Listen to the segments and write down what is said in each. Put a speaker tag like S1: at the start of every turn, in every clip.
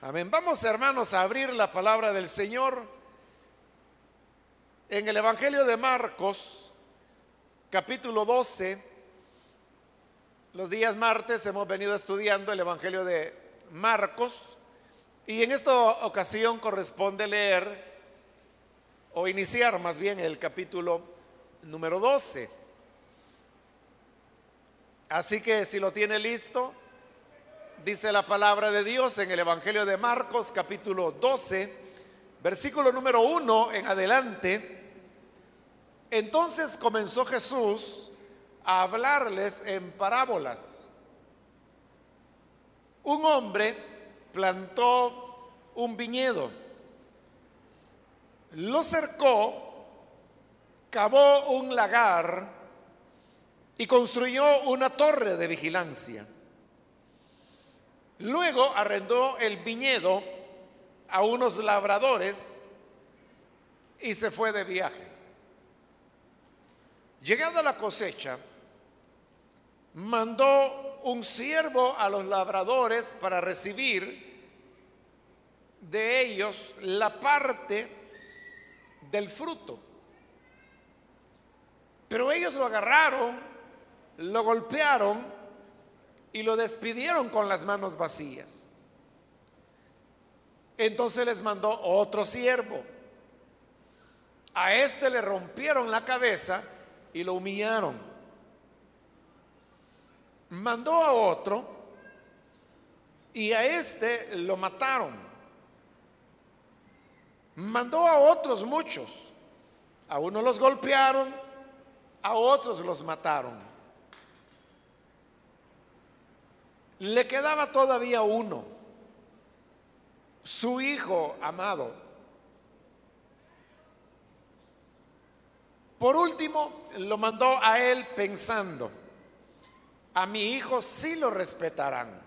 S1: Amén. Vamos, hermanos, a abrir la palabra del Señor en el Evangelio de Marcos, capítulo 12. Los días martes hemos venido estudiando el Evangelio de Marcos y en esta ocasión corresponde leer o iniciar más bien el capítulo número 12. Así que si lo tiene listo, dice la palabra de Dios en el Evangelio de Marcos, capítulo 12, versículo número 1 en adelante. Entonces comenzó Jesús a hablarles en parábolas. Un hombre plantó un viñedo, lo cercó, cavó un lagar y construyó una torre de vigilancia. Luego arrendó el viñedo a unos labradores y se fue de viaje. Llegada la cosecha, mandó un siervo a los labradores para recibir de ellos la parte del fruto. Pero ellos lo agarraron, lo golpearon y lo despidieron con las manos vacías. Entonces les mandó otro siervo. A este le rompieron la cabeza y lo humillaron. Mandó a otro y a este lo mataron. Mandó a otros muchos. A unos los golpearon, a otros los mataron. Le quedaba todavía uno, su hijo amado. Por último, lo mandó a él pensando: a mi hijo sí lo respetarán.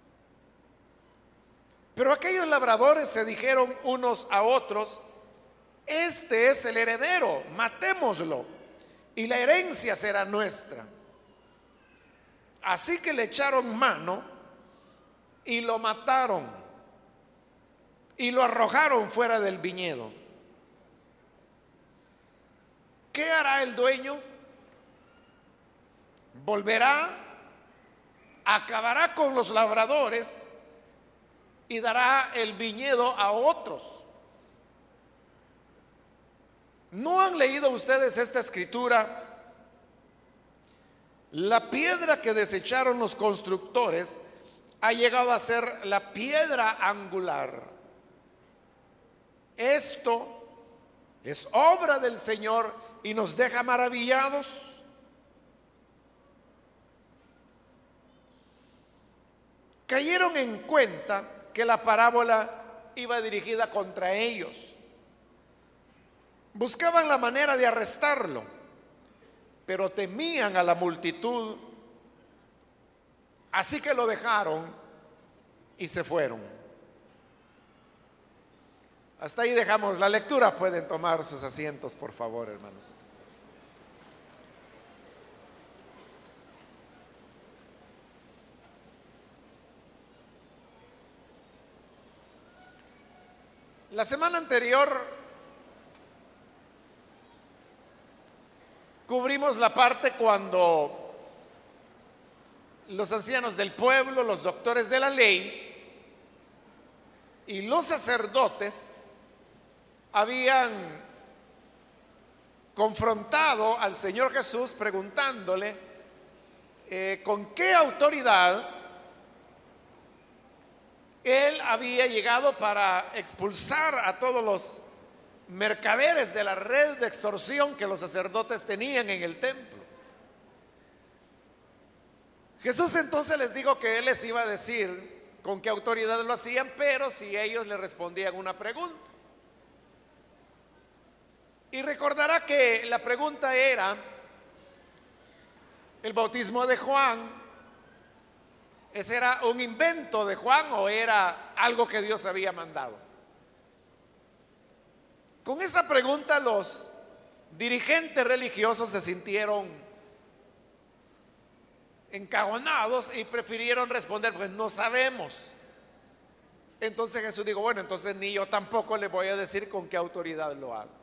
S1: Pero aquellos labradores se dijeron unos a otros: este es el heredero, matémoslo y la herencia será nuestra. Así que le echaron mano y lo mataron y lo arrojaron fuera del viñedo. ¿Qué hará el dueño? Volverá, acabará con los labradores y dará el viñedo a otros. ¿No han leído ustedes esta escritura? La piedra que desecharon los constructores ha llegado a ser la piedra angular. Esto es obra del Señor y nos deja maravillados. Cayeron en cuenta que la parábola iba dirigida contra ellos. Buscaban la manera de arrestarlo, pero temían a la multitud, así que lo dejaron y se fueron. Hasta ahí dejamos la lectura. Pueden tomar sus asientos, por favor, hermanos. La semana anterior cubrimos la parte cuando los ancianos del pueblo, los doctores de la ley y los sacerdotes habían confrontado al Señor Jesús preguntándole con qué autoridad él había llegado para expulsar a todos los mercaderes de la red de extorsión que los sacerdotes tenían en el templo. Jesús entonces les dijo que él les iba a decir con qué autoridad lo hacían, pero si ellos le respondían una pregunta. Y recordará que la pregunta era: ¿el bautismo de Juan, ese era un invento de Juan o era algo que Dios había mandado? Con esa pregunta los dirigentes religiosos se sintieron encajonados y prefirieron responder: pues no sabemos. Entonces Jesús dijo, bueno, entonces ni yo tampoco le voy a decir con qué autoridad lo hago.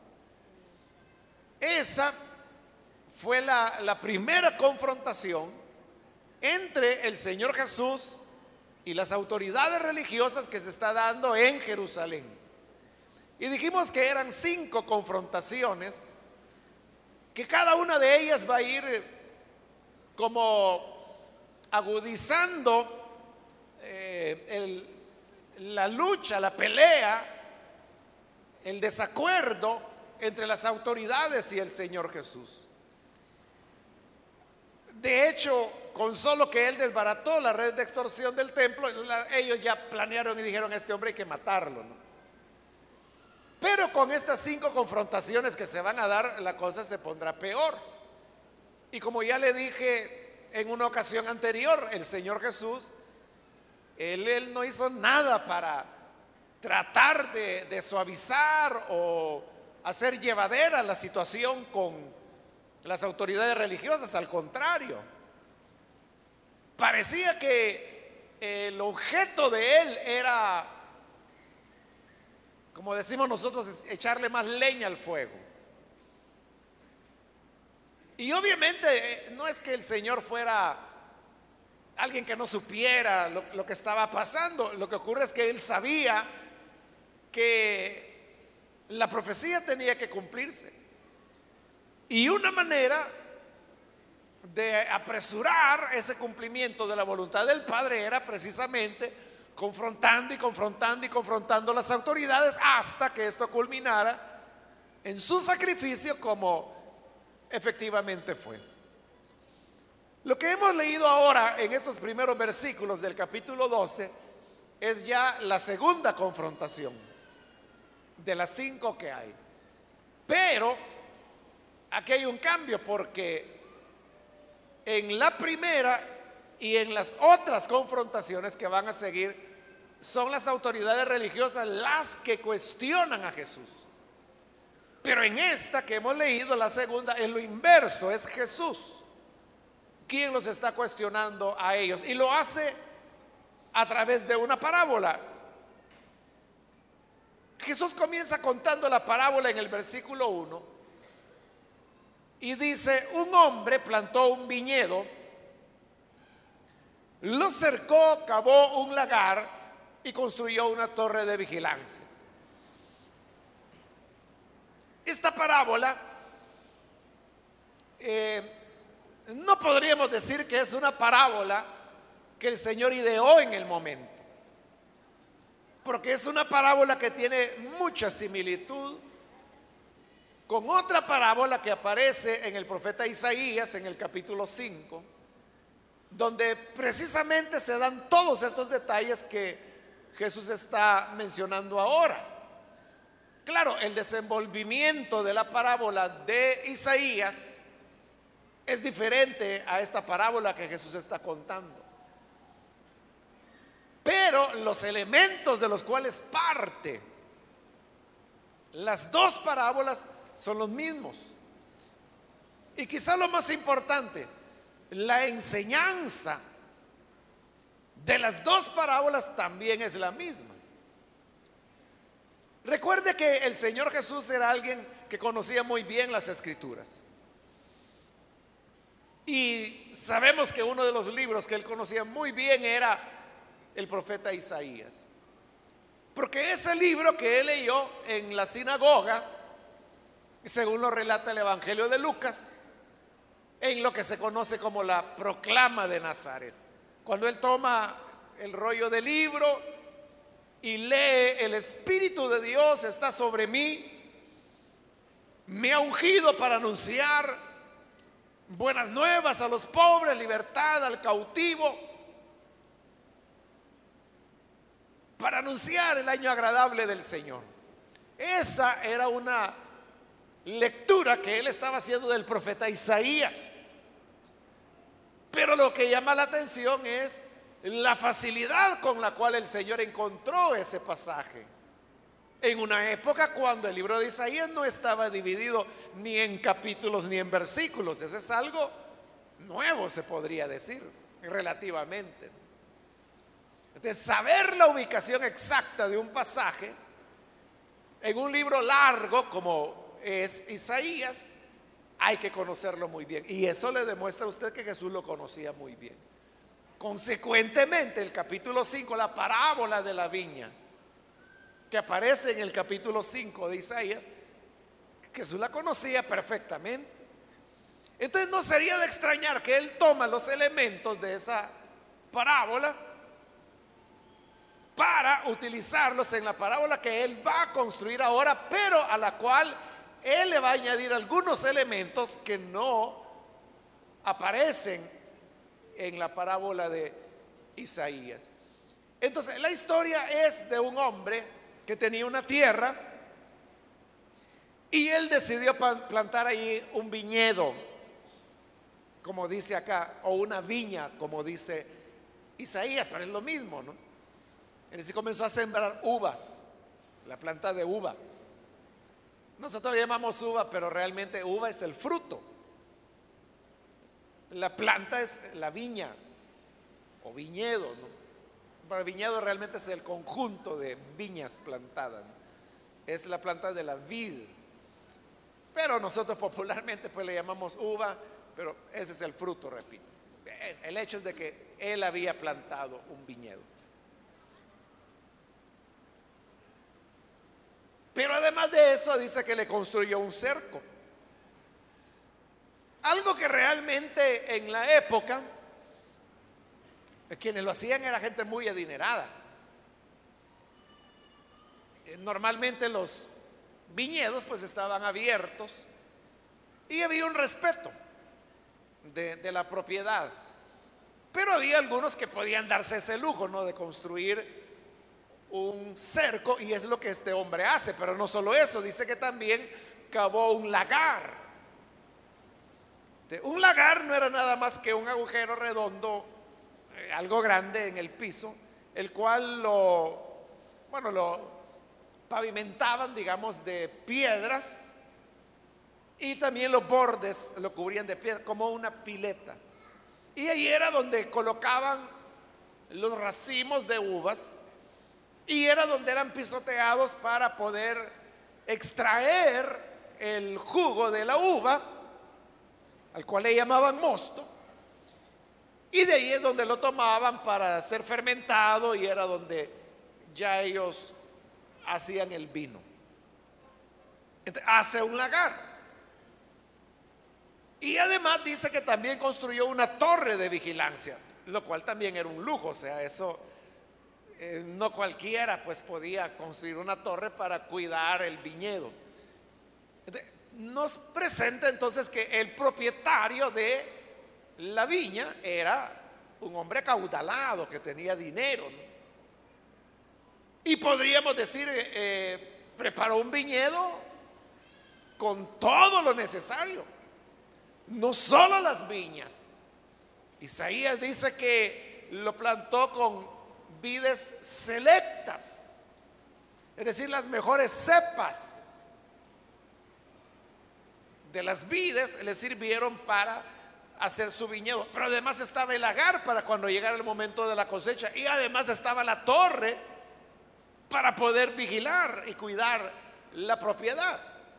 S1: Esa fue la primera confrontación entre el Señor Jesús y las autoridades religiosas que se está dando en Jerusalén. Y dijimos que eran 5 confrontaciones, que cada una de ellas va a ir como agudizando la lucha, la pelea, el desacuerdo entre las autoridades y el Señor Jesús. De hecho, con solo que él desbarató la red de extorsión del templo, ellos ya planearon y dijeron, a este hombre hay que matarlo, ¿no? Pero con estas 5 confrontaciones que se van a dar, la cosa se pondrá peor. Y como ya le dije en una ocasión anterior, el Señor Jesús, él no hizo nada para tratar de suavizar o hacer llevadera la situación con las autoridades religiosas. Al contrario, parecía que el objeto de él era, como decimos nosotros, echarle más leña al fuego. Y obviamente no es que el Señor fuera alguien que no supiera lo que estaba pasando. Lo que ocurre es que él sabía que la profecía tenía que cumplirse. Y una manera de apresurar ese cumplimiento de la voluntad del Padre era precisamente confrontando y confrontando y confrontando a las autoridades hasta que esto culminara en su sacrificio, como efectivamente fue. Lo que hemos leído ahora en estos primeros versículos del capítulo 12 es ya la segunda confrontación de las 5 que hay. Pero aquí hay un cambio, porque en la primera y en las otras confrontaciones que van a seguir son las autoridades religiosas las que cuestionan a Jesús. Pero en esta que hemos leído, la segunda, es lo inverso, es Jesús quien los está cuestionando a ellos, y lo hace a través de una parábola. Jesús comienza contando la parábola en el versículo 1 y dice: un hombre plantó un viñedo, lo cercó, cavó un lagar y construyó una torre de vigilancia. Esta parábola no podríamos decir que es una parábola que el Señor ideó en el momento, porque es una parábola que tiene mucha similitud con otra parábola que aparece en el profeta Isaías en el capítulo 5, donde precisamente se dan todos estos detalles que Jesús está mencionando ahora. Claro, el desenvolvimiento de la parábola de Isaías es diferente a esta parábola que Jesús está contando, pero los elementos de los cuales parte las 2 parábolas son los mismos. Y quizá lo más importante, la enseñanza de las 2 parábolas también es la misma. Recuerde que el Señor Jesús era alguien que conocía muy bien las Escrituras. Y sabemos que uno de los libros que él conocía muy bien era el profeta Isaías, porque ese libro que él leyó en la sinagoga, según lo relata el Evangelio de Lucas, en lo que se conoce como la proclama de Nazaret, cuando él toma el rollo del libro y lee: el Espíritu de Dios está sobre mí, me ha ungido para anunciar buenas nuevas a los pobres, libertad al cautivo, para anunciar el año agradable del Señor. Esa era una lectura que él estaba haciendo del profeta Isaías. Pero lo que llama la atención es la facilidad con la cual el Señor encontró ese pasaje en una época cuando el libro de Isaías no estaba dividido ni en capítulos ni en versículos. Eso es algo nuevo, se podría decir, relativamente. Entonces, saber la ubicación exacta de un pasaje en un libro largo como es Isaías, hay que conocerlo muy bien. Y eso le demuestra a usted que Jesús lo conocía muy bien. Consecuentemente, el capítulo 5, la parábola de la viña, que aparece en el capítulo 5 de Isaías, Jesús la conocía perfectamente. Entonces no sería de extrañar que él toma los elementos de esa parábola para utilizarlos en la parábola que él va a construir ahora, pero a la cual él le va a añadir algunos elementos que no aparecen en la parábola de Isaías. Entonces, la historia es de un hombre que tenía una tierra y él decidió plantar ahí un viñedo, como dice acá, o una viña, como dice Isaías, pero es lo mismo, ¿no? Es decir, comenzó a sembrar uvas, la planta de uva. Nosotros le llamamos uva, pero realmente uva es el fruto. La planta es la viña o viñedo, ¿no? Pero el viñedo realmente es el conjunto de viñas plantadas, ¿no? Es la planta de la vid. Pero nosotros popularmente pues le llamamos uva, pero ese es el fruto, repito. El hecho es de que él había plantado un viñedo. Pero además de eso dice que le construyó un cerco. Algo que realmente en la época quienes lo hacían era gente muy adinerada. Normalmente los viñedos pues estaban abiertos y había un respeto de la propiedad. Pero había algunos que podían darse ese lujo, ¿no? De construir un cerco, y es lo que este hombre hace. Pero no solo eso, dice que también cavó un lagar. Un lagar no era nada más que un agujero redondo, algo grande en el piso, el cual lo pavimentaban, digamos, de piedras, y también los bordes lo cubrían de piedra, como una pileta. Y ahí era donde colocaban los racimos de uvas, y era donde eran pisoteados para poder extraer el jugo de la uva, al cual le llamaban mosto, y de ahí es donde lo tomaban para ser fermentado, y era donde ya ellos hacían el vino. Entonces, hace un lagar. Y además dice que también construyó una torre de vigilancia, lo cual también era un lujo. O sea, eso no cualquiera pues podía construir una torre para cuidar el viñedo. Entonces, nos presenta entonces que el propietario de la viña era un hombre acaudalado que tenía dinero, ¿no? Y podríamos decir, preparó un viñedo con todo lo necesario, no solo las viñas. Isaías dice que lo plantó con vides selectas, es decir, las mejores cepas de las vides le sirvieron para hacer su viñedo. Pero además estaba el lagar para cuando llegara el momento de la cosecha, y además estaba la torre para poder vigilar y cuidar la propiedad.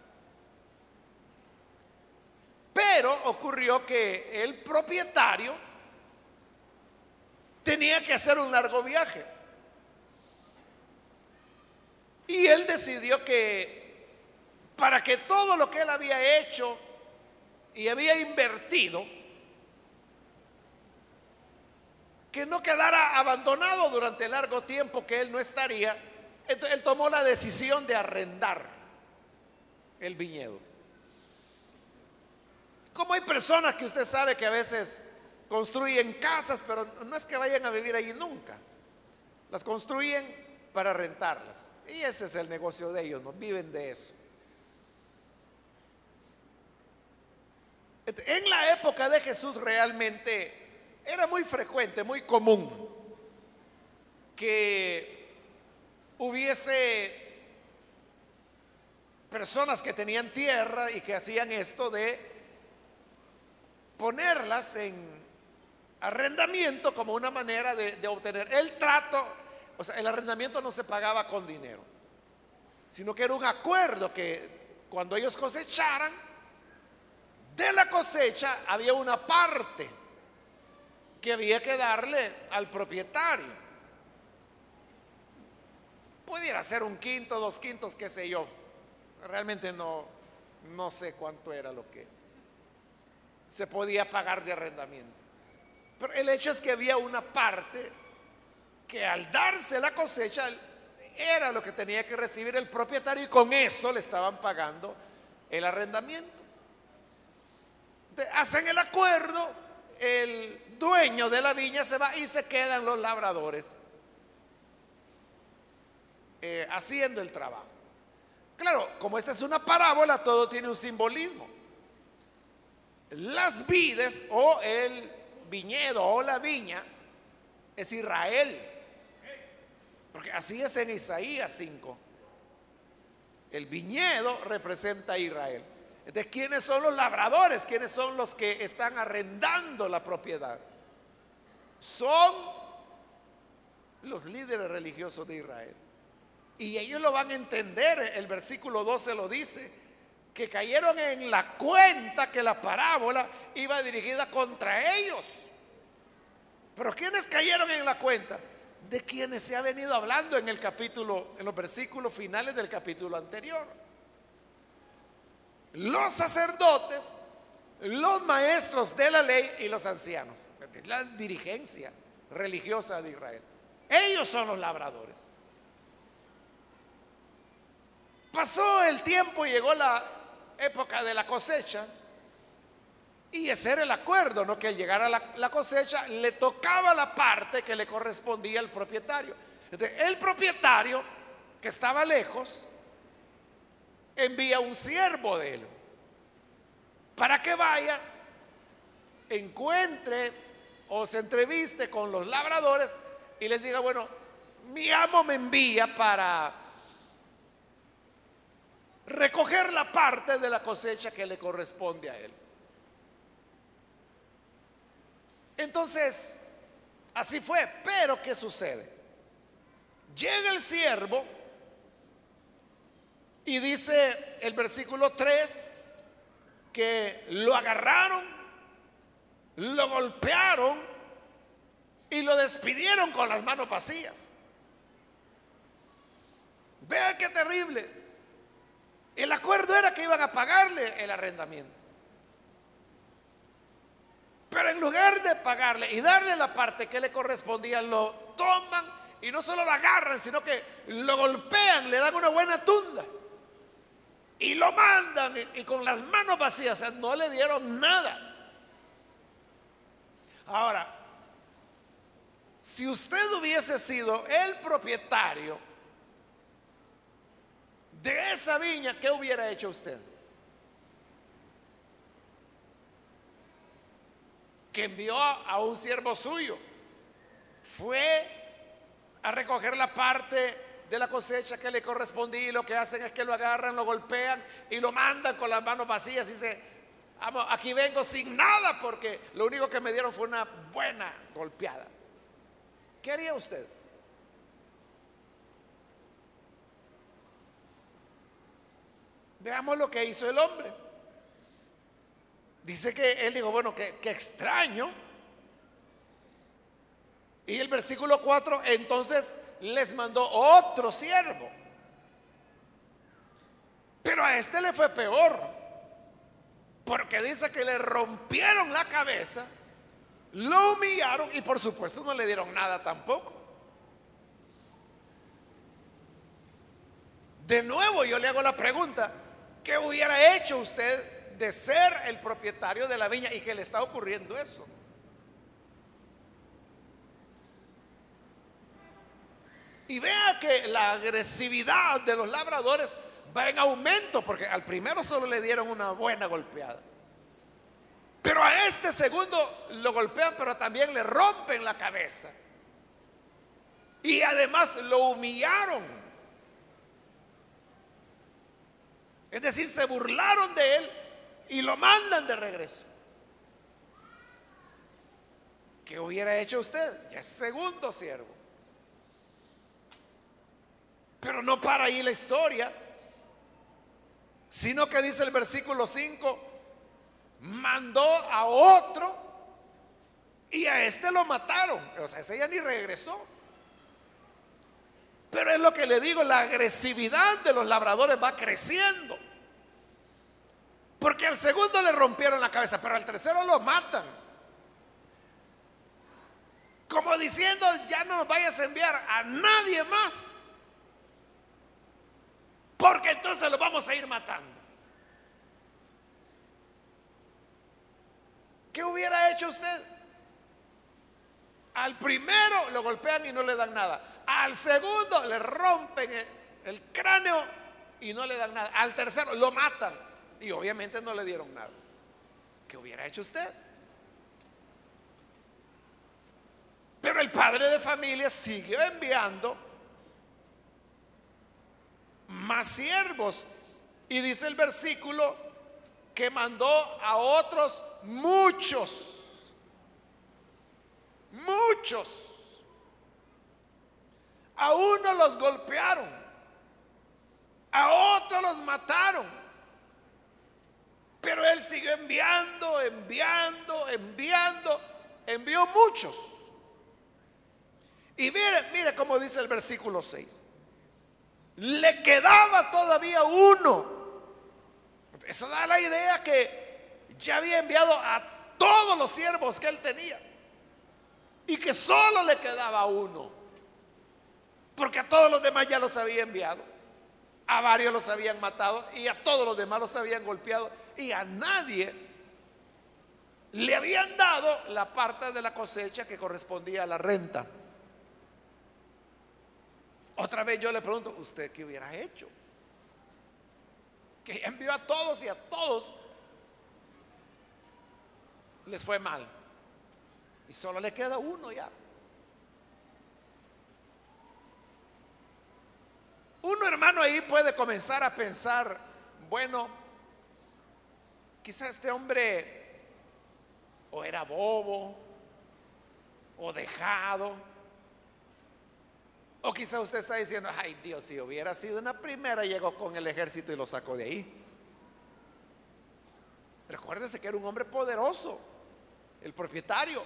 S1: Pero ocurrió que el propietario tenía que hacer un largo viaje, y él decidió que para que todo lo que él había hecho y había invertido, que no quedara abandonado durante el largo tiempo que él no estaría. Entonces él tomó la decisión de arrendar el viñedo. Como hay personas que usted sabe que a veces construyen casas, pero no es que vayan a vivir allí nunca. Las construyen para rentarlas, y ese es el negocio de ellos, ¿no? Viven de eso. En la época de Jesús realmente era muy frecuente, muy común que hubiese personas que tenían tierra y que hacían esto de ponerlas arrendamiento como una manera de obtener el trato. O sea, el arrendamiento no se pagaba con dinero, sino que era un acuerdo que cuando ellos cosecharan, de la cosecha había una parte que había que darle al propietario. Pudiera ser un quinto, dos quintos, qué sé yo. Realmente no sé cuánto era lo que se podía pagar de arrendamiento. Pero el hecho es que había una parte que al darse la cosecha era lo que tenía que recibir el propietario y con eso le estaban pagando el arrendamiento. Entonces, hacen el acuerdo, el dueño de la viña se va y se quedan los labradores haciendo el trabajo. Claro, como esta es una parábola, todo tiene un simbolismo. Las vides o el viñedo o la viña es Israel, porque así es en Isaías 5. El viñedo representa a Israel. Entonces, ¿quiénes son los labradores? ¿Quiénes son los que están arrendando la propiedad? Son los líderes religiosos de Israel. Y ellos lo van a entender. El versículo 12 lo dice, que cayeron en la cuenta que la parábola iba dirigida contra ellos. Pero ¿quiénes cayeron en la cuenta? De quienes se ha venido hablando en los versículos finales del capítulo anterior. Los sacerdotes, los maestros de la ley y los ancianos, la dirigencia religiosa de Israel. Ellos son los labradores. Pasó el tiempo y llegó la época de la cosecha. Y ese era el acuerdo, ¿no? Que al llegar a la cosecha le tocaba la parte que le correspondía al propietario. Entonces, el propietario, que estaba lejos, envía un siervo de él para que vaya, encuentre o se entreviste con los labradores y les diga: bueno, mi amo me envía para recoger la parte de la cosecha que le corresponde a él. Entonces, así fue. Pero ¿qué sucede? Llega el siervo y dice el versículo 3 que lo agarraron, lo golpearon y lo despidieron con las manos vacías. Vean qué terrible. El acuerdo era que iban a pagarle el arrendamiento, pero en lugar de pagarle y darle la parte que le correspondía, lo toman y no solo lo agarran, sino que lo golpean, le dan una buena tunda y lo mandan y con las manos vacías. O sea, no le dieron nada. Ahora, si usted hubiese sido el propietario de esa viña, ¿qué hubiera hecho usted? Que envió a un siervo suyo, fue a recoger la parte de la cosecha que le correspondía, y lo que hacen es que lo agarran, lo golpean y lo mandan con las manos vacías y dice: vamos, aquí vengo sin nada porque lo único que me dieron fue una buena golpeada. ¿Qué haría usted? Veamos lo que hizo el hombre. Dice que él dijo: bueno, qué extraño. Y el versículo 4, entonces les mandó otro siervo. Pero a este le fue peor, porque dice que le rompieron la cabeza, lo humillaron y por supuesto no le dieron nada tampoco. De nuevo yo le hago la pregunta: ¿qué hubiera hecho usted de ser el propietario de la viña y que le está ocurriendo eso? Y vea que la agresividad de los labradores va en aumento, porque al primero solo le dieron una buena golpeada, pero a este segundo lo golpean, pero también le rompen la cabeza y además lo humillaron. Es decir, se burlaron de él y lo mandan de regreso. ¿Qué hubiera hecho usted? Ya es segundo siervo. Pero no para ahí la historia, sino que dice el versículo 5: mandó a otro y a este lo mataron. O sea, ese ya ni regresó. Pero es lo que le digo, la agresividad de los labradores va creciendo. Porque al segundo le rompieron la cabeza, pero al tercero lo matan. Como diciendo, ya no nos vayas a enviar a nadie más, porque entonces lo vamos a ir matando. ¿Qué hubiera hecho usted? Al primero lo golpean y no le dan nada. Al segundo le rompen el cráneo y no le dan nada. Al tercero lo matan y obviamente no le dieron nada. ¿Qué hubiera hecho usted? Pero el padre de familia siguió enviando más siervos. Y dice el versículo que mandó a otros muchos. Muchos. A unos los golpearon, a otros los mataron. Pero él siguió enviando, envió muchos. Y mire cómo dice el versículo 6. Le quedaba todavía uno. Eso da la idea que ya había enviado a todos los siervos que él tenía y que solo le quedaba uno, porque a todos los demás ya los había enviado, a varios los habían matado y a todos los demás los habían golpeado, y a nadie le habían dado la parte de la cosecha que correspondía a la renta. Otra vez yo le pregunto, ¿usted qué hubiera hecho? Que envió a todos y a todos les fue mal y solo le queda uno ya. Uno, hermano, ahí puede comenzar a pensar, bueno, quizá este hombre o era bobo o dejado, o quizá usted está diciendo, ay Dios, si hubiera sido una primera, llegó con el ejército y lo sacó de ahí. Recuérdese que era un hombre poderoso, el propietario.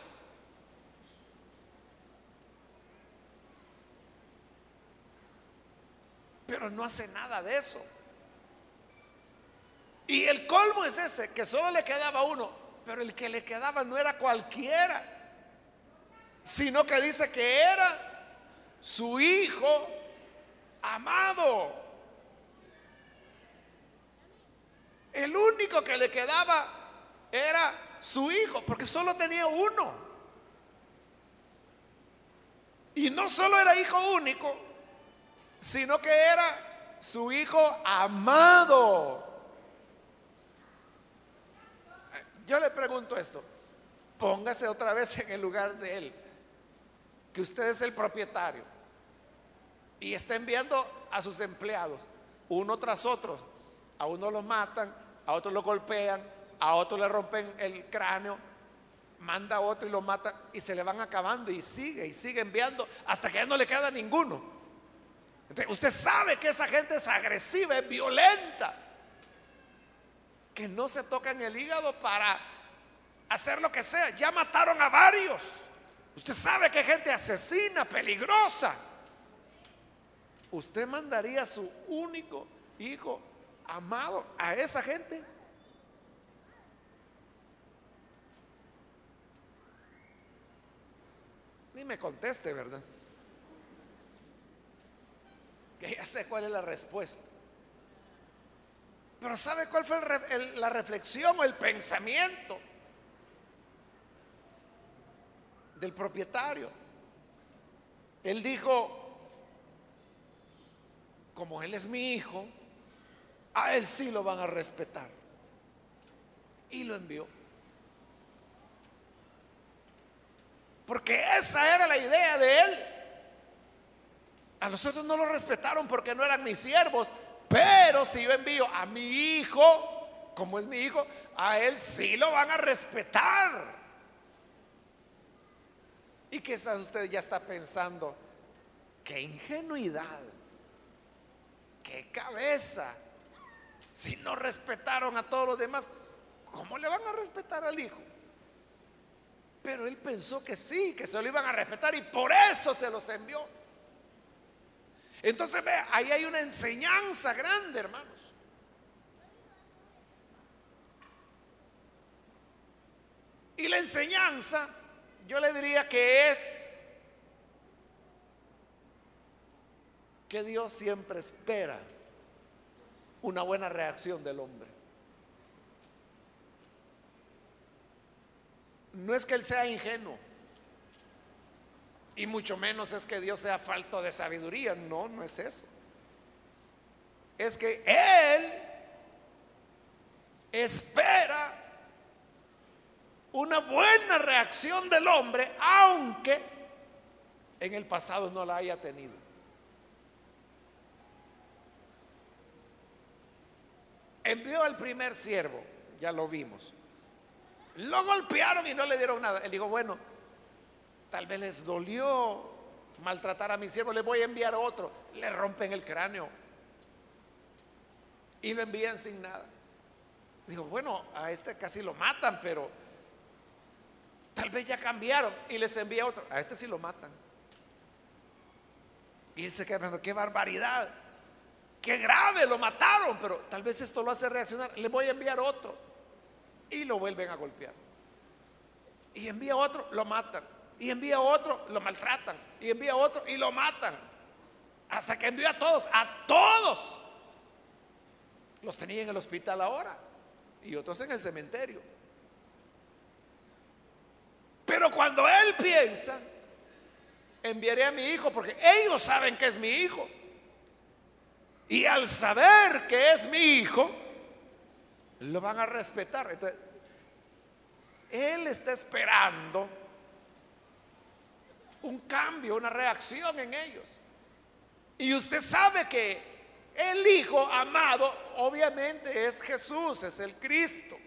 S1: Pero no hace nada de eso. Y el colmo es ese, que solo le quedaba uno, pero el que le quedaba no era cualquiera, sino que dice que era su hijo amado. El único que le quedaba era su hijo, porque solo tenía uno. Y no solo era hijo único, sino que era su hijo amado. Yo le pregunto esto, póngase otra vez en el lugar de él, que usted es el propietario y está enviando a sus empleados uno tras otro. A uno lo matan, a otro lo golpean, a otro le rompen el cráneo, manda a otro y lo mata, y se le van acabando y sigue enviando hasta que ya no le queda ninguno. Entonces, usted sabe que esa gente es agresiva, es violenta, que no se tocan el hígado para hacer lo que sea. Ya mataron a varios. Usted sabe que hay gente asesina, peligrosa. ¿Usted mandaría a su único hijo amado a esa gente? Ni me conteste, ¿verdad? Que ya sé cuál es la respuesta. Pero ¿sabe cuál fue la reflexión o el pensamiento del propietario? Él dijo, como él es mi hijo, a él sí lo van a respetar. Y lo envió. Porque esa era la idea de él. A nosotros no lo respetaron porque no eran mis siervos, pero si yo envío a mi hijo, como es mi hijo, a él sí lo van a respetar. Y quizás usted ya está pensando, qué ingenuidad, qué cabeza. Si no respetaron a todos los demás, ¿cómo le van a respetar al hijo? Pero él pensó que sí, que se lo iban a respetar y por eso se los envió. Entonces ve, ahí hay una enseñanza grande, hermanos. Y la enseñanza, yo le diría que es que Dios siempre espera una buena reacción del hombre. No es que él sea ingenuo, y mucho menos es que Dios sea falto de sabiduría. No, no es eso. Es que Él espera una buena reacción del hombre, aunque en el pasado no la haya tenido. Envió al primer siervo, ya lo vimos. Lo golpearon y no le dieron nada. Él dijo, bueno, tal vez les dolió maltratar a mi siervo, le voy a enviar otro. Le rompen el cráneo y lo envían sin nada. Digo, bueno, a este casi lo matan, pero tal vez ya cambiaron, y les envía otro. A este sí lo matan. Y él se queda pensando, qué barbaridad, qué grave, lo mataron, pero tal vez esto lo hace reaccionar. Le voy a enviar otro. Y lo vuelven a golpear. Y envía otro, lo matan. Y envía otro, lo maltratan. Y envía otro y lo matan. Hasta que envió a todos, a todos. Los tenía en el hospital ahora y otros en el cementerio. Pero cuando él piensa, enviaré a mi hijo porque ellos saben que es mi hijo. Y al saber que es mi hijo, lo van a respetar. Entonces, él está esperando un cambio, una reacción en ellos. Y usted sabe que el hijo amado obviamente es Jesús, es el Cristo.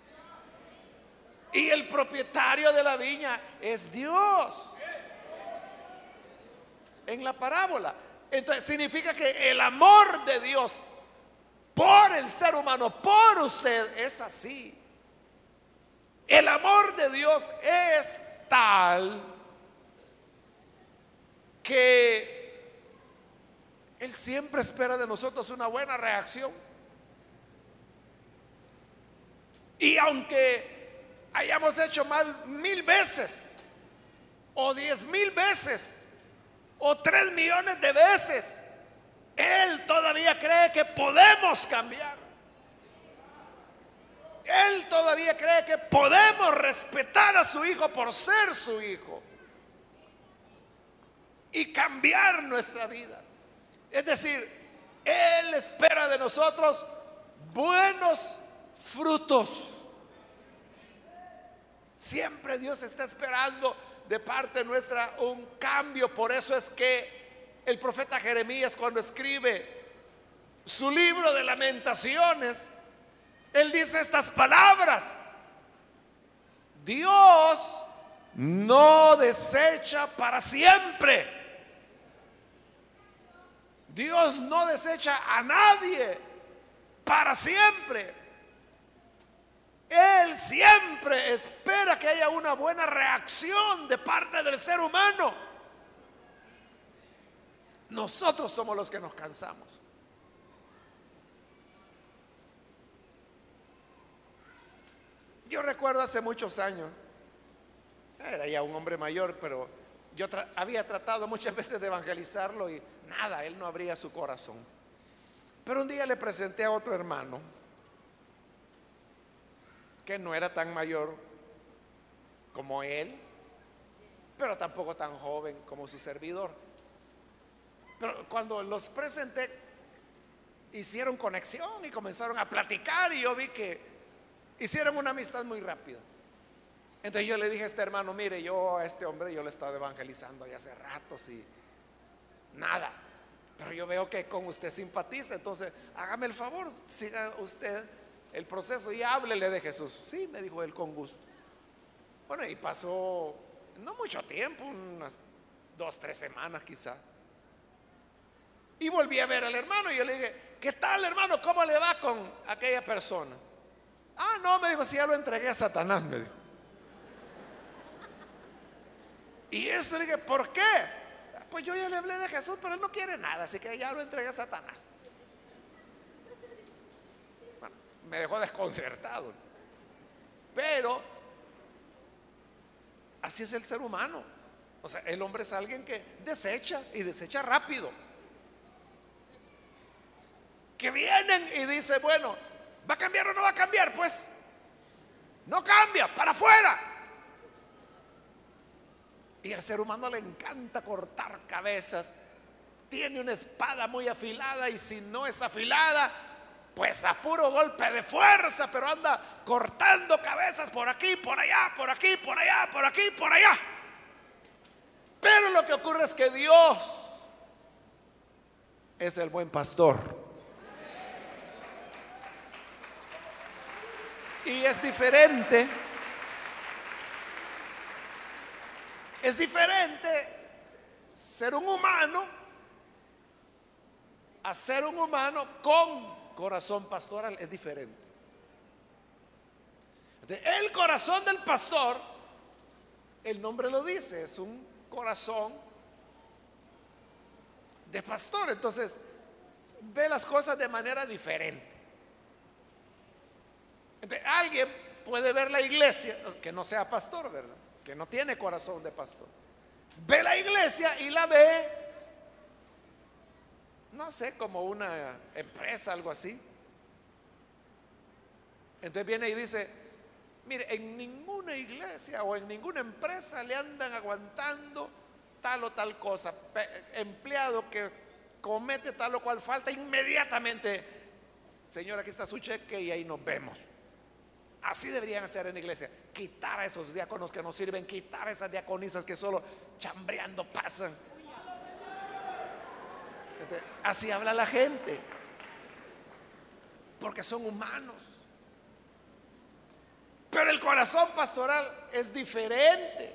S1: Y el propietario de la viña es Dios. En la parábola. Entonces significa que el amor de Dios por el ser humano, por usted, es así. El amor de Dios es tal que Él siempre espera de nosotros una buena reacción. Y aunque hayamos hecho mal 1000 veces, o 10,000 veces, o 3 millones de veces, Él todavía cree que podemos cambiar. Él todavía cree que podemos respetar a su hijo por ser su hijo y cambiar nuestra vida. Es decir, Él espera de nosotros buenos frutos. Siempre Dios está esperando de parte nuestra un cambio. Por eso es que el profeta Jeremías, cuando escribe su libro de Lamentaciones, él dice estas palabras: Dios no desecha para siempre. Dios no desecha a nadie para siempre. Él siempre espera que haya una buena reacción de parte del ser humano. Nosotros somos los que nos cansamos. Yo recuerdo hace muchos años, era ya un hombre mayor, pero yo había tratado muchas veces de evangelizarlo y nada, él no abría su corazón. Pero un día le presenté a otro hermano que no era tan mayor como él, pero tampoco tan joven como su servidor. Pero cuando los presenté, hicieron conexión y comenzaron a platicar, y yo vi que hicieron una amistad muy rápida. Entonces yo le dije a este hermano: mire, yo a este hombre yo le he estado evangelizando ya hace ratos y nada, pero yo veo que con usted simpatiza, entonces hágame el favor, siga usted el proceso y háblele de Jesús. Sí, me dijo él, con gusto. Bueno, y pasó no mucho tiempo, unas 2, 3 semanas quizá. Y volví a ver al hermano y yo le dije, ¿qué tal, hermano? ¿Cómo le va con aquella persona? Ah, no, me dijo, si ya lo entregué a Satanás, me dijo. Y eso le dije, ¿por qué? Pues yo ya le hablé de Jesús, pero él no quiere nada, así que ya lo entregué a Satanás. Bueno, me dejó desconcertado. Pero así es el ser humano. O sea, el hombre es alguien que desecha y desecha rápido. Que vienen y dice, bueno, ¿va a cambiar o no va a cambiar? Pues no cambia, para afuera. Y al ser humano le encanta cortar cabezas. Tiene una espada muy afilada y si no es afilada, pues a puro golpe de fuerza, pero anda cortando cabezas por aquí, por allá, por aquí, por allá, por aquí, por allá. Pero lo que ocurre es que Dios es el buen pastor. Y es diferente. Es diferente ser un humano a ser un humano con corazón pastoral. Es diferente. El corazón del pastor, el nombre lo dice, es un corazón de pastor. Entonces ve las cosas de manera diferente. Entonces, alguien puede ver la iglesia que no sea pastor, ¿verdad? Que no tiene corazón de pastor. Ve la iglesia y la ve, no sé, como una empresa, algo así. Entonces viene y dice, mire, en ninguna iglesia o en ninguna empresa le andan aguantando tal o tal cosa. Empleado que comete tal o cual falta, inmediatamente, señor, aquí está su cheque y ahí nos vemos. Así deberían hacer en la iglesia. Quitar a esos diáconos que no sirven, quitar a esas diaconisas que solo chambreando pasan. Así habla la gente, porque son humanos. Pero el corazón pastoral es diferente.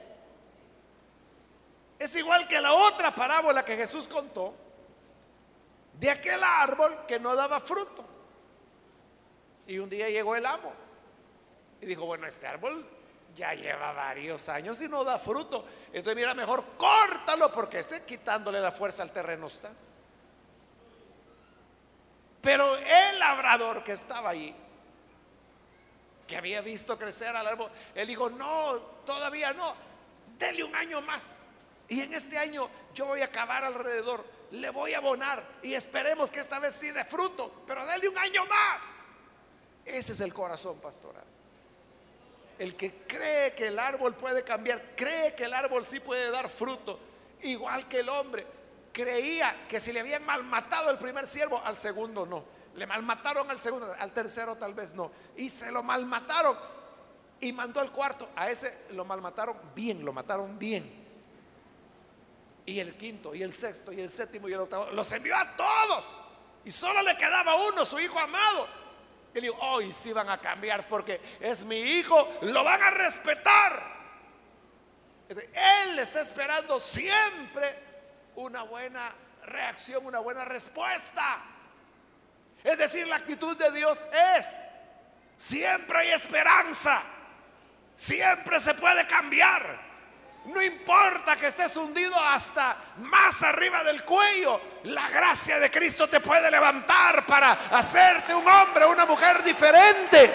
S1: Es igual que la otra parábola que Jesús contó de aquel árbol que no daba fruto. Y un día llegó el amo y dijo, bueno, este árbol ya lleva varios años y no da fruto. Entonces mira, mejor córtalo porque quitándole la fuerza al terreno está. Pero el labrador que estaba allí, que había visto crecer al árbol, él dijo, no, todavía no, dele un año más. Y en este año yo voy a cavar alrededor, le voy a abonar y esperemos que esta vez sí dé fruto, pero dele un año más. Ese es el corazón pastoral. El que cree que el árbol puede cambiar, cree que el árbol sí puede dar fruto, igual que el hombre creía que si le habían malmatado el primer siervo, al segundo no. Le malmataron al segundo, al tercero tal vez no. Y se lo malmataron y mandó al cuarto. A ese lo malmataron bien, lo mataron bien. Y el quinto, y el sexto, y el séptimo, y el octavo, los envió a todos. Y solo le quedaba uno, su hijo amado. Y le digo, hoy sí van a cambiar porque es mi hijo, lo van a respetar. Él está esperando siempre una buena reacción, una buena respuesta. Es decir, la actitud de Dios es, siempre hay esperanza, siempre se puede cambiar. No importa que estés hundido hasta más arriba del cuello, la gracia de Cristo te puede levantar para hacerte un hombre o una mujer diferente.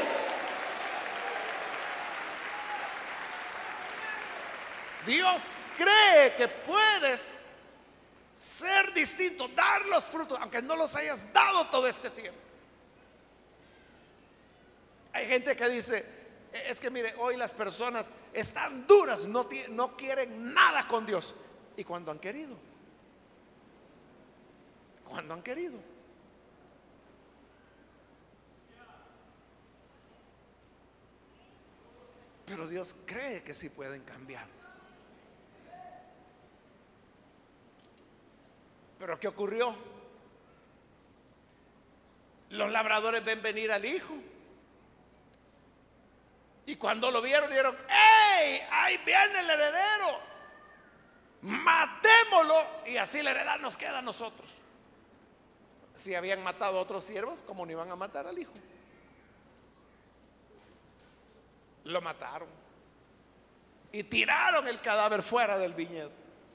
S1: Dios cree que puedes ser distinto, dar los frutos, aunque no los hayas dado todo este tiempo. Hay gente que dice, es que mire, hoy las personas están duras, no quieren nada con Dios. ¿Y cuando han querido? ¿Cuándo han querido? Pero Dios cree que sí pueden cambiar. Pero ¿qué ocurrió? Los labradores ven venir al hijo. Y cuando lo vieron, dijeron, ¡hey! Ahí viene el heredero, matémoslo y así la heredad nos queda a nosotros. Si habían matado a otros siervos, ¿cómo no iban a matar al hijo? Lo mataron y tiraron el cadáver fuera del viñedo.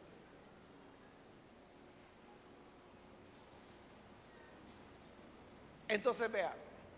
S1: Entonces vea,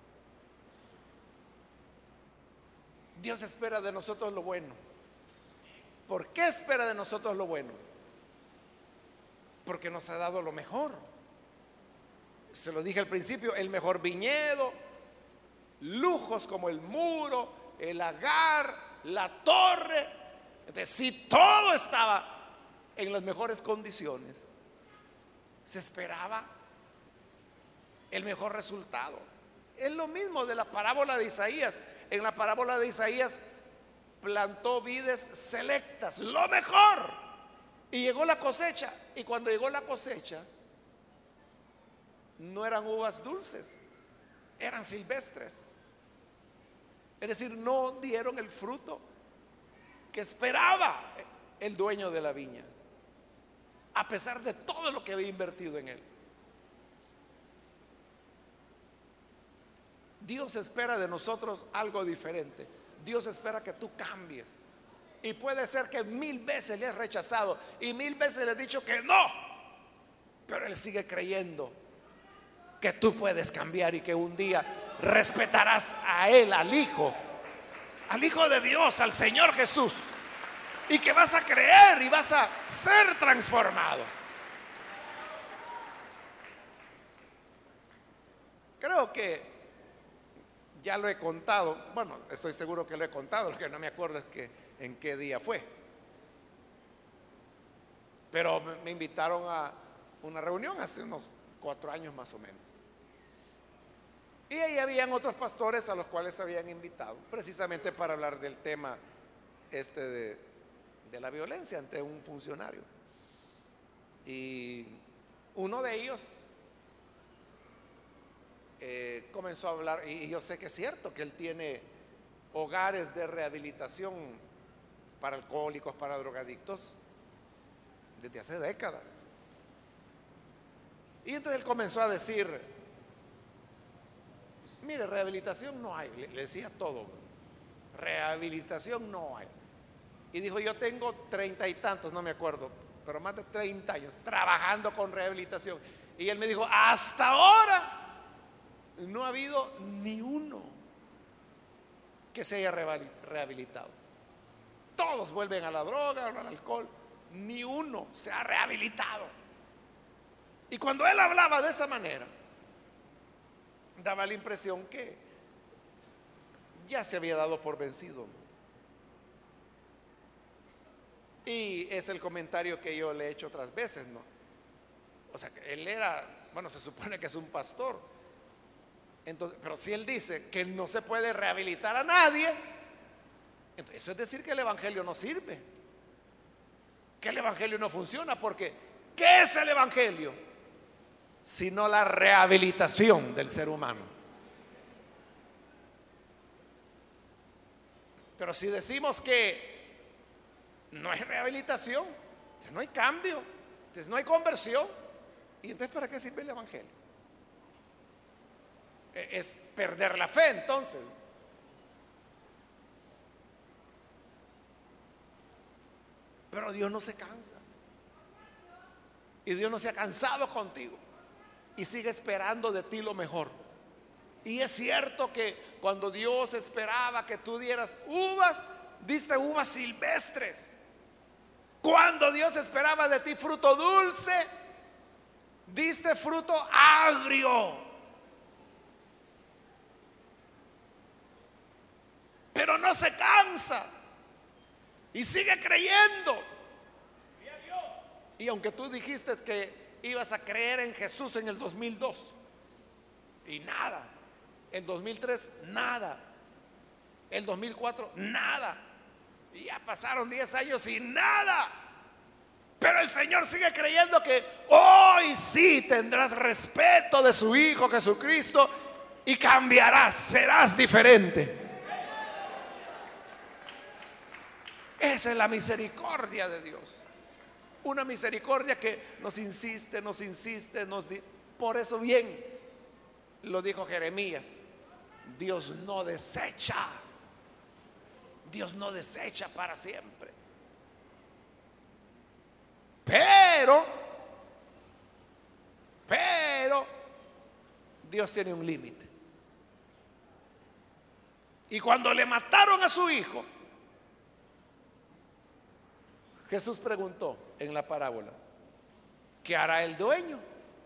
S1: Dios espera de nosotros lo bueno. ¿Por qué espera de nosotros lo bueno? Porque nos ha dado lo mejor. Se lo dije al principio, el mejor viñedo, lujos como el muro, el lagar, la torre. Entonces, si todo estaba en las mejores condiciones, se esperaba el mejor resultado. Es lo mismo de la parábola de Isaías. En la parábola de Isaías plantó vides selectas, lo mejor, y llegó la cosecha. Y cuando llegó la cosecha, no eran uvas dulces, eran silvestres. Es decir, no dieron el fruto que esperaba el dueño de la viña, a pesar de todo lo que había invertido en él. Dios espera de nosotros algo diferente. Dios espera que tú cambies. Y puede ser que 1000 veces le has rechazado y 1000 veces le has dicho que no, pero Él sigue creyendo que tú puedes cambiar y que un día respetarás a Él, al Hijo de Dios, al Señor Jesús, y que vas a creer y vas a ser transformado. Creo que ya lo he contado, bueno, estoy seguro que lo he contado, lo que no me acuerdo es que en qué día fue. Pero me invitaron a una reunión hace unos 4 años más o menos. Y ahí habían otros pastores a los cuales habían invitado, precisamente para hablar del tema de la violencia ante un funcionario. Y uno de ellos comenzó a hablar, y yo sé que es cierto que él tiene hogares de rehabilitación para alcohólicos, para drogadictos, desde hace décadas. Y entonces él comenzó a decir: mire, rehabilitación no hay. Le decía todo: rehabilitación no hay. Y dijo: yo tengo 30 y tantos, no me acuerdo, pero más de 30 años trabajando con rehabilitación. Y él me dijo: hasta ahora no ha habido ni uno que se haya rehabilitado. Todos vuelven a la droga o al alcohol, ni uno se ha rehabilitado. Y cuando él hablaba de esa manera, daba la impresión que ya se había dado por vencido. Y es el comentario que yo le he hecho otras veces, ¿no? O sea, que él era, bueno, se supone que es un pastor. Entonces, pero si él dice que no se puede rehabilitar a nadie, entonces eso es decir que el evangelio no sirve, que el evangelio no funciona. Porque ¿qué es el evangelio? Sino la rehabilitación del ser humano. Pero si decimos que no hay rehabilitación, entonces no hay cambio, entonces no hay conversión, ¿y entonces para qué sirve el evangelio? Es perder la fe entonces. Pero Dios no se cansa, y Dios no se ha cansado contigo, y sigue esperando de ti lo mejor. Y es cierto que cuando Dios esperaba que tú dieras uvas, diste uvas silvestres. Cuando Dios esperaba de ti fruto dulce, diste fruto agrio. Pero no se cansa y sigue creyendo. Y aunque tú dijiste que ibas a creer en Jesús en el 2002 y nada, el 2003 nada, el 2004 nada, y ya pasaron 10 años y nada, pero el Señor sigue creyendo que hoy sí tendrás respeto de su Hijo Jesucristo y cambiarás, serás diferente. Esa es la misericordia de Dios. Una misericordia que nos insiste, por eso bien lo dijo Jeremías: Dios no desecha, Dios no desecha para siempre. Pero Dios tiene un límite. Y cuando le mataron a su hijo, Jesús preguntó en la parábola: ¿qué hará el dueño?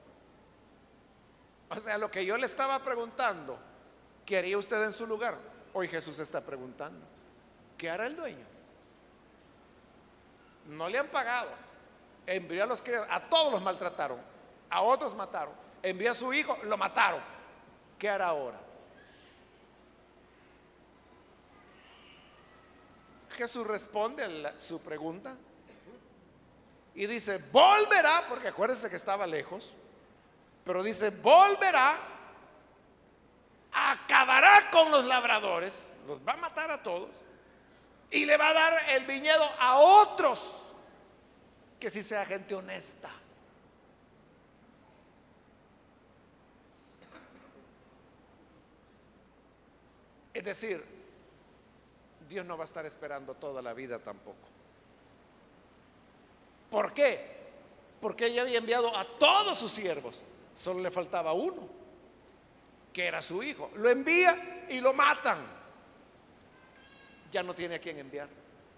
S1: O sea, lo que yo le estaba preguntando, ¿qué haría usted en su lugar? Hoy Jesús está preguntando: ¿qué hará el dueño? No le han pagado, envió a los criados, a todos los maltrataron, a otros mataron, envió a su hijo, lo mataron. ¿Qué hará ahora? Jesús responde a su pregunta y dice: volverá, porque acuérdense que estaba lejos, pero dice: volverá, acabará con los labradores, los va a matar a todos y le va a dar el viñedo a otros, que sí sea gente honesta. Es decir, Dios no va a estar esperando toda la vida tampoco. ¿Por qué? Porque ella había enviado a todos sus siervos, solo le faltaba uno, que era su hijo. Lo envía y lo matan. Ya no tiene a quién enviar.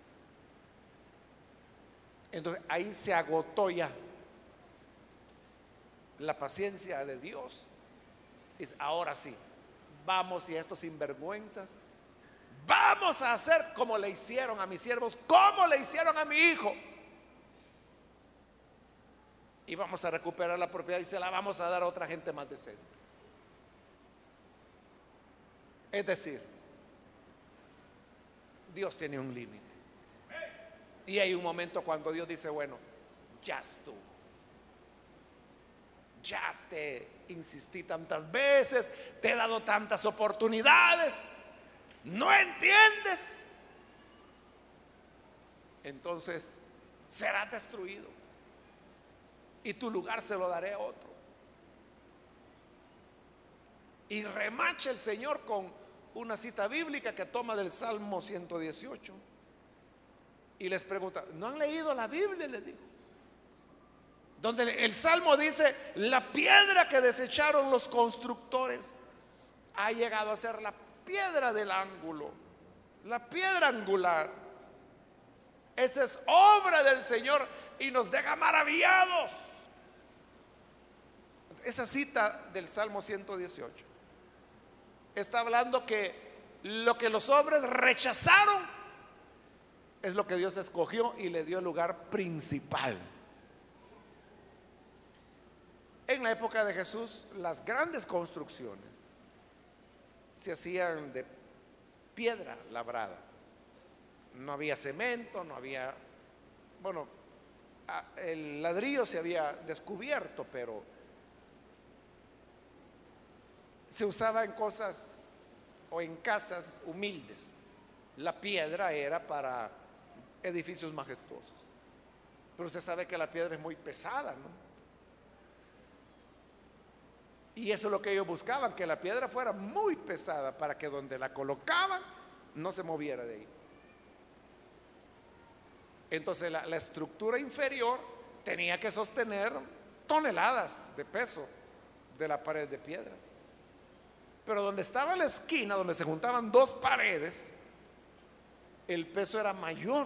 S1: Entonces ahí se agotó ya la paciencia de Dios. Dice: ahora sí, vamos, y a estos sinvergüenzas vamos a hacer como le hicieron a mis siervos, como le hicieron a mi hijo, y vamos a recuperar la propiedad y se la vamos a dar a otra gente más decente. Es decir, Dios tiene un límite. Y hay un momento cuando Dios dice: bueno, ya estuvo. Ya te insistí tantas veces, te he dado tantas oportunidades, no entiendes. Entonces serás destruido y tu lugar se lo daré a otro. Y remacha el Señor con una cita bíblica que toma del Salmo 118 y les pregunta: ¿no han leído la Biblia?, les dijo, donde el Salmo dice: la piedra que desecharon los constructores ha llegado a ser la piedra del ángulo, la piedra angular. Esta es obra del Señor y nos deja maravillados. Esa cita del Salmo 118 está hablando que lo que los hombres rechazaron es lo que Dios escogió y le dio el lugar principal. En la época de Jesús, las grandes construcciones se hacían de piedra labrada. No había cemento, no había, bueno, el ladrillo se había descubierto, pero se usaba en cosas o en casas humildes. La piedra era para edificios majestuosos. Pero usted sabe que la piedra es muy pesada, ¿no? Y eso es lo que ellos buscaban, que la piedra fuera muy pesada para que donde la colocaban no se moviera de ahí. Entonces la estructura inferior tenía que sostener toneladas de peso de la pared de piedra. Pero donde estaba la esquina, donde se juntaban dos paredes, el peso era mayor.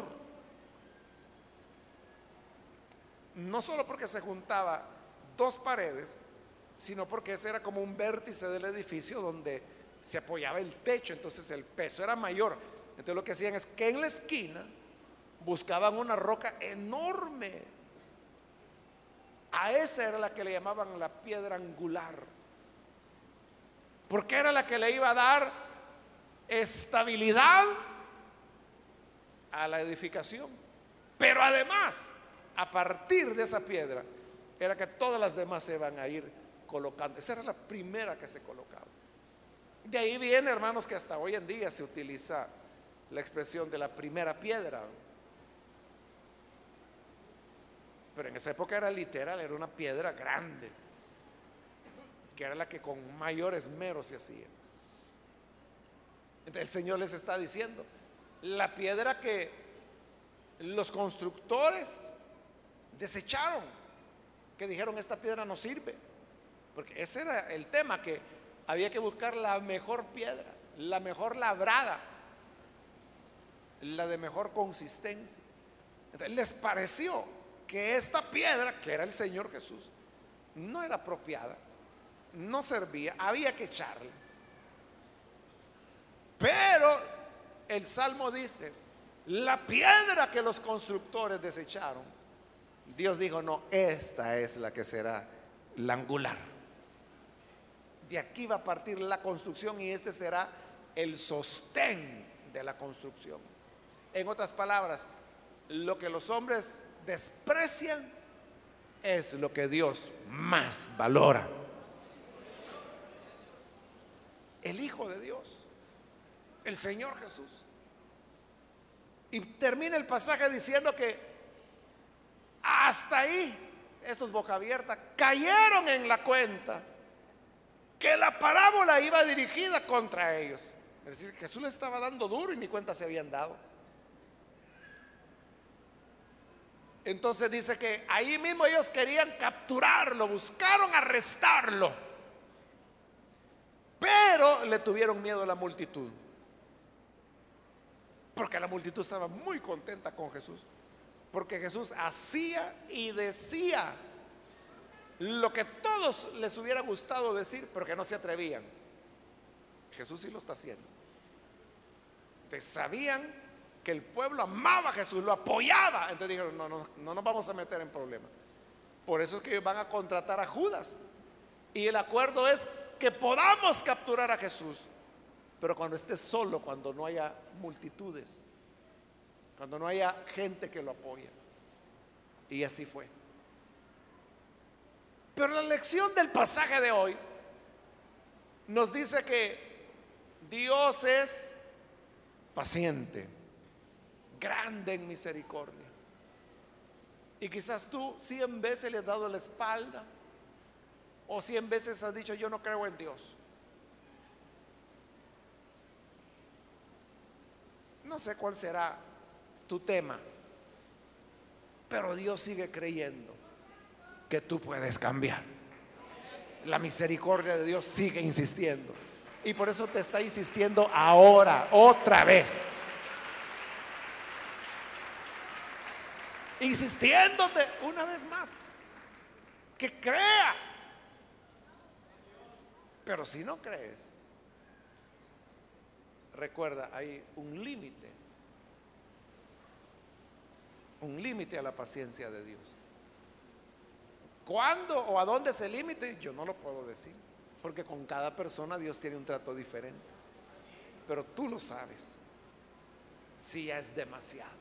S1: No solo porque se juntaba dos paredes, sino porque ese era como un vértice del edificio donde se apoyaba el techo, entonces el peso era mayor. Entonces lo que hacían es que en la esquina buscaban una roca enorme. A esa era la que le llamaban la piedra angular, porque era la que le iba a dar estabilidad a la edificación. Pero además, a partir de esa piedra era que todas las demás se iban a ir colocando. Esa era la primera que se colocaba. De ahí viene, hermanos, que hasta hoy en día se utiliza la expresión de la primera piedra, pero en esa época era literal, era una piedra grande, que era la que con mayor esmero se hacía. Entonces el Señor les está diciendo, la piedra que los constructores desecharon, que dijeron esta piedra no sirve, porque ese era el tema, que había que buscar la mejor piedra, la mejor labrada, la de mejor consistencia. Entonces les pareció que esta piedra, que era el Señor Jesús, no era apropiada, no servía, había que echarla. Pero el Salmo dice, la piedra que los constructores desecharon, Dios dijo, no, esta es la que será la angular. De aquí va a partir la construcción y este será el sostén de la construcción. En otras palabras, lo que los hombres desprecian es lo que Dios más valora. El Hijo de Dios, el Señor Jesús. Y termina el pasaje diciendo que hasta ahí estos boca abierta cayeron en la cuenta que la parábola iba dirigida contra ellos. Es decir, Jesús les estaba dando duro y ni cuenta se habían dado. Entonces dice que ahí mismo ellos querían capturarlo, buscaron arrestarlo, pero le tuvieron miedo a la multitud, porque la multitud estaba muy contenta con Jesús, porque Jesús hacía y decía lo que todos les hubiera gustado decir, pero que no se atrevían. Jesús sí lo está haciendo. Entonces sabían que el pueblo amaba a Jesús, lo apoyaba. Entonces dijeron, no nos vamos a meter en problemas. Por eso es que van a contratar a Judas. Y el acuerdo es que podamos capturar a Jesús, pero cuando esté solo, cuando no haya multitudes, cuando no haya gente que lo apoye. Y así fue. Pero la lección del pasaje de hoy nos dice que Dios es paciente, grande en misericordia. Y quizás tú 100 veces le has dado la espalda, o 100 veces has dicho, yo no creo en Dios. No sé cuál será tu tema, pero Dios sigue creyendo que tú puedes cambiar. La misericordia de Dios sigue insistiendo, y por eso te está insistiendo ahora, otra vez, insistiéndote una vez más que creas. Pero si no crees, recuerda, hay un límite a la paciencia de Dios. ¿Cuándo o a dónde ese límite? Yo no lo puedo decir, porque con cada persona Dios tiene un trato diferente. Pero tú lo sabes, si ya es demasiado.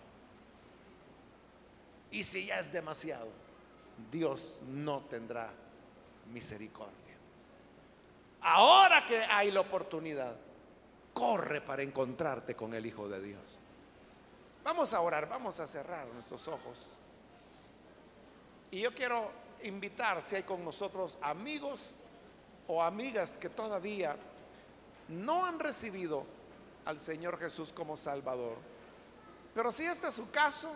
S1: Y si ya es demasiado, Dios no tendrá misericordia. Ahora que hay la oportunidad, corre para encontrarte con el Hijo de Dios. Vamos a orar, vamos a cerrar nuestros ojos. Y yo quiero invitar, si hay con nosotros amigos o amigas que todavía no han recibido al Señor Jesús como Salvador, pero si este es su caso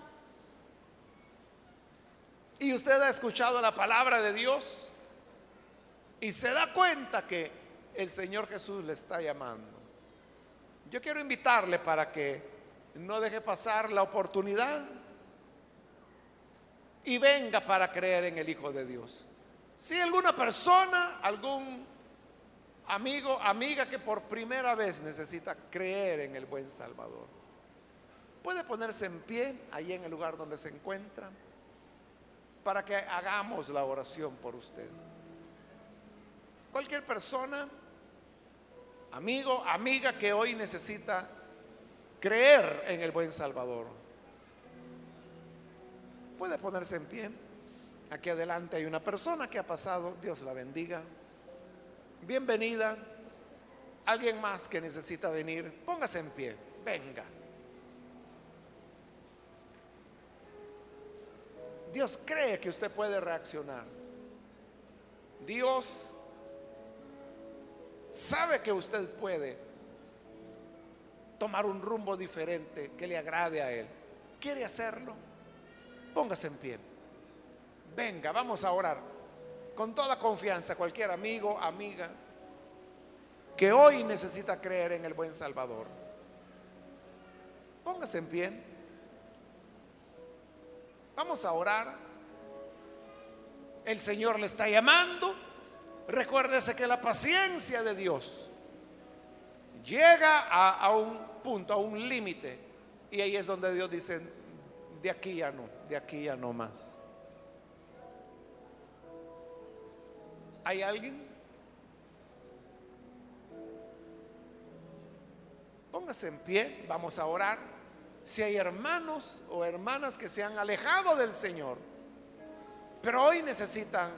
S1: y usted ha escuchado la palabra de Dios y se da cuenta que el Señor Jesús le está llamando, yo quiero invitarle para que no deje pasar la oportunidad y venga para creer en el Hijo de Dios. Si alguna persona, algún amigo, amiga que por primera vez necesita creer en el buen Salvador, puede ponerse en pie ahí en el lugar donde se encuentra para que hagamos la oración por usted. Cualquier persona, amigo, amiga que hoy necesita creer en el buen Salvador, puede ponerse en pie. Aquí adelante hay una persona que ha pasado, Dios la bendiga. Bienvenida. Alguien más que necesita venir, póngase en pie, venga. Dios cree que usted puede reaccionar. Dios sabe que usted puede tomar un rumbo diferente que le agrade a Él. ¿Quiere hacerlo? Póngase en pie. Venga, vamos a orar con toda confianza. Cualquier amigo, amiga que hoy necesita creer en el buen Salvador, póngase en pie. Vamos a orar. El Señor le está llamando. Recuérdese que la paciencia de Dios llega a un punto, a un límite, y ahí es donde Dios dice: de aquí ya no, de aquí ya no más. ¿Hay alguien? Póngase en pie, vamos a orar. Si hay hermanos o hermanas que se han alejado del Señor, pero hoy necesitan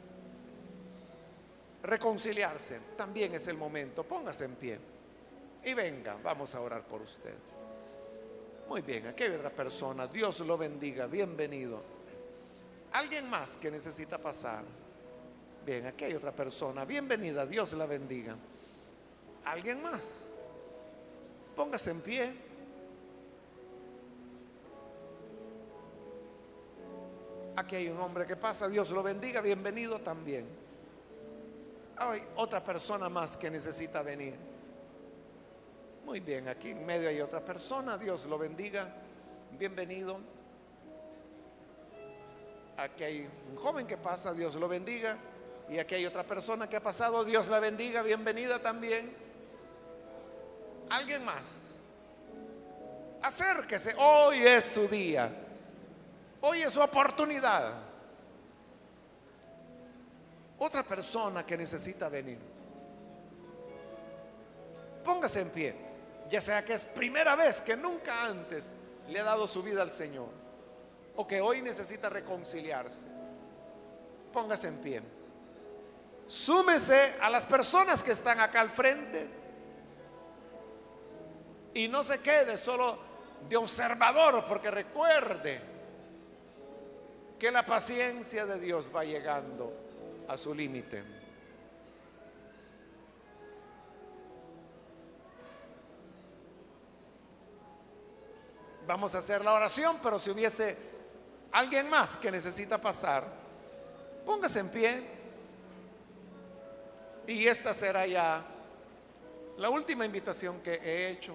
S1: reconciliarse, también es el momento. Póngase en pie y venga, vamos a orar por usted. Muy bien, aquí hay otra persona. Dios lo bendiga, bienvenido. ¿Alguien más que necesita pasar? Bien, aquí hay otra persona. Bienvenida, Dios la bendiga. ¿Alguien más? Póngase en pie. Aquí hay un hombre que pasa. Dios lo bendiga, bienvenido también. Hay otra persona más que necesita venir. Muy bien, aquí en medio hay otra persona. Dios lo bendiga, bienvenido. Aquí hay un joven que pasa. Dios lo bendiga. Y aquí hay otra persona que ha pasado. Dios la bendiga, bienvenida también. ¿Alguien más? Acérquese, hoy es su día. Hoy es su oportunidad. Otra persona que necesita venir. Póngase en pie. Ya sea que es primera vez, que nunca antes le ha dado su vida al Señor, o que hoy necesita reconciliarse. Póngase en pie. Súmese a las personas que están acá al frente y no se quede solo de observador, porque recuerde que la paciencia de Dios va llegando a su límite. Vamos a hacer la oración, pero si hubiese alguien más que necesita pasar, póngase en pie. Y esta será ya la última invitación que he hecho.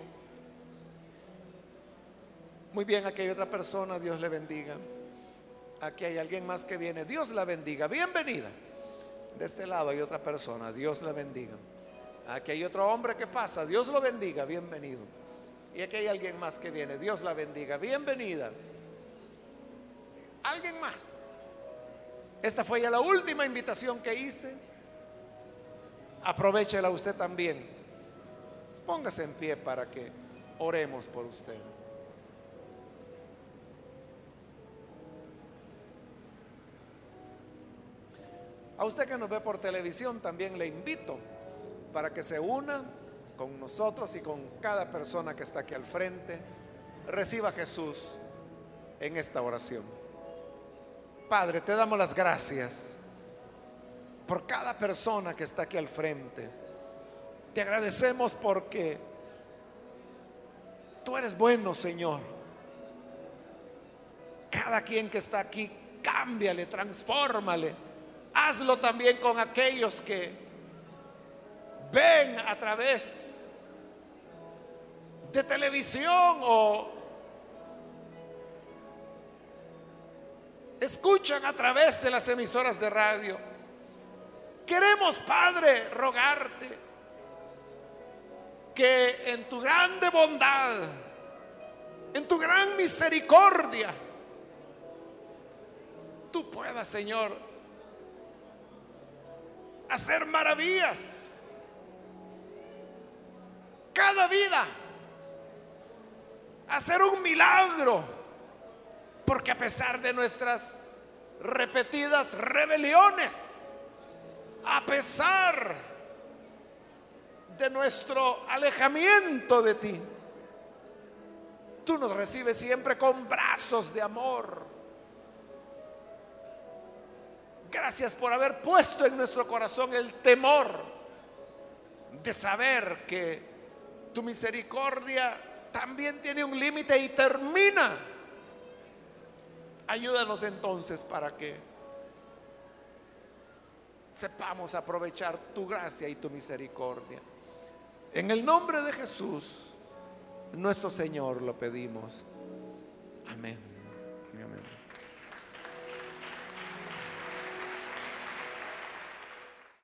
S1: Muy bien, aquí hay otra persona. Dios le bendiga. Aquí hay alguien más que viene. Dios la bendiga, bienvenida. De este lado hay otra persona. Dios la bendiga. Aquí hay otro hombre que pasa. Dios lo bendiga, bienvenido. Y aquí hay alguien más que viene. Dios la bendiga, bienvenida. ¿Alguien más? Esta fue ya la última invitación que hice. Aprovéchela usted también. Póngase en pie para que oremos por usted. A usted que nos ve por televisión, también le invito para que se una con nosotros y con cada persona que está aquí al frente. Reciba a Jesús en esta oración. Padre, te damos las gracias por cada persona que está aquí al frente. Te agradecemos porque tú eres bueno, Señor. Cada quien que está aquí, cámbiale, transfórmale. Hazlo también con aquellos que ven a través de televisión o escuchan a través de las emisoras de radio. Queremos, Padre, rogarte que en tu grande bondad, en tu gran misericordia, tú puedas, Señor, hacer maravillas. Cada vida, hacer un milagro, porque a pesar de nuestras repetidas rebeliones, a pesar de nuestro alejamiento de ti, tú nos recibes siempre con brazos de amor. Gracias por haber puesto en nuestro corazón el temor de saber que tu misericordia también tiene un límite y termina. Ayúdanos entonces para que sepamos aprovechar tu gracia y tu misericordia. En el nombre de Jesús, nuestro Señor, lo pedimos. Amén. Amén.